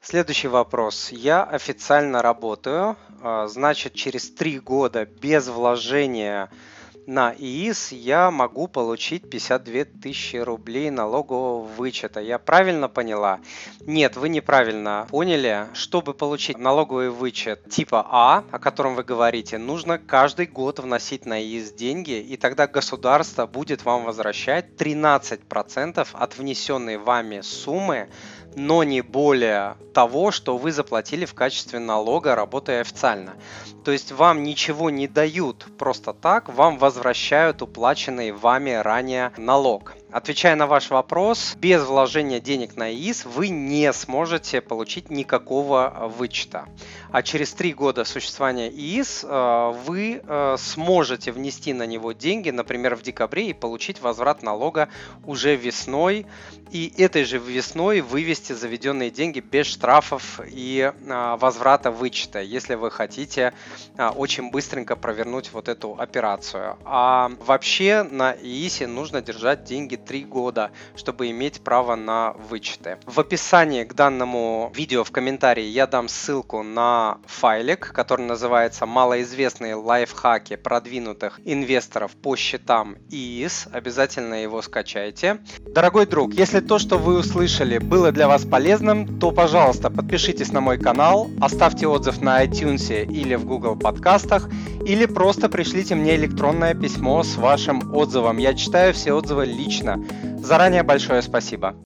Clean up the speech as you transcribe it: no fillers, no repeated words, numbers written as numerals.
Следующий вопрос. Я официально работаю, значит, через 3 года без вложения на ИИС я могу получить 52 тысячи рублей налогового вычета. Я правильно поняла? Нет, вы неправильно поняли. Чтобы получить налоговый вычет типа А, о котором вы говорите, нужно каждый год вносить на ИИС деньги, и тогда государство будет вам возвращать 13% от внесенной вами суммы, но не более того, что вы заплатили в качестве налога, работая официально. То есть вам ничего не дают просто так, вам возвращают уплаченный вами ранее налог. Отвечая на ваш вопрос, без вложения денег на ИИС вы не сможете получить никакого вычета. А через 3 года существования ИИС вы сможете внести на него деньги, например, в декабре, и получить возврат налога уже весной. И этой же весной вывести заведенные деньги без штрафов и возврата вычета, если вы хотите очень быстренько провернуть вот эту операцию. А вообще на ИИСе нужно держать деньги 3 года, чтобы иметь право на вычеты. В описании к данному видео в комментарии я дам ссылку на файлик, который называется «Малоизвестные лайфхаки продвинутых инвесторов по счетам ИИС». Обязательно его скачайте. Дорогой друг, если то, что вы услышали, было для вас полезным, то, пожалуйста, подпишитесь на мой канал, оставьте отзыв на iTunes или в Google подкастах, или просто пришлите мне электронное письмо с вашим отзывом. Я читаю все отзывы лично. Заранее большое спасибо.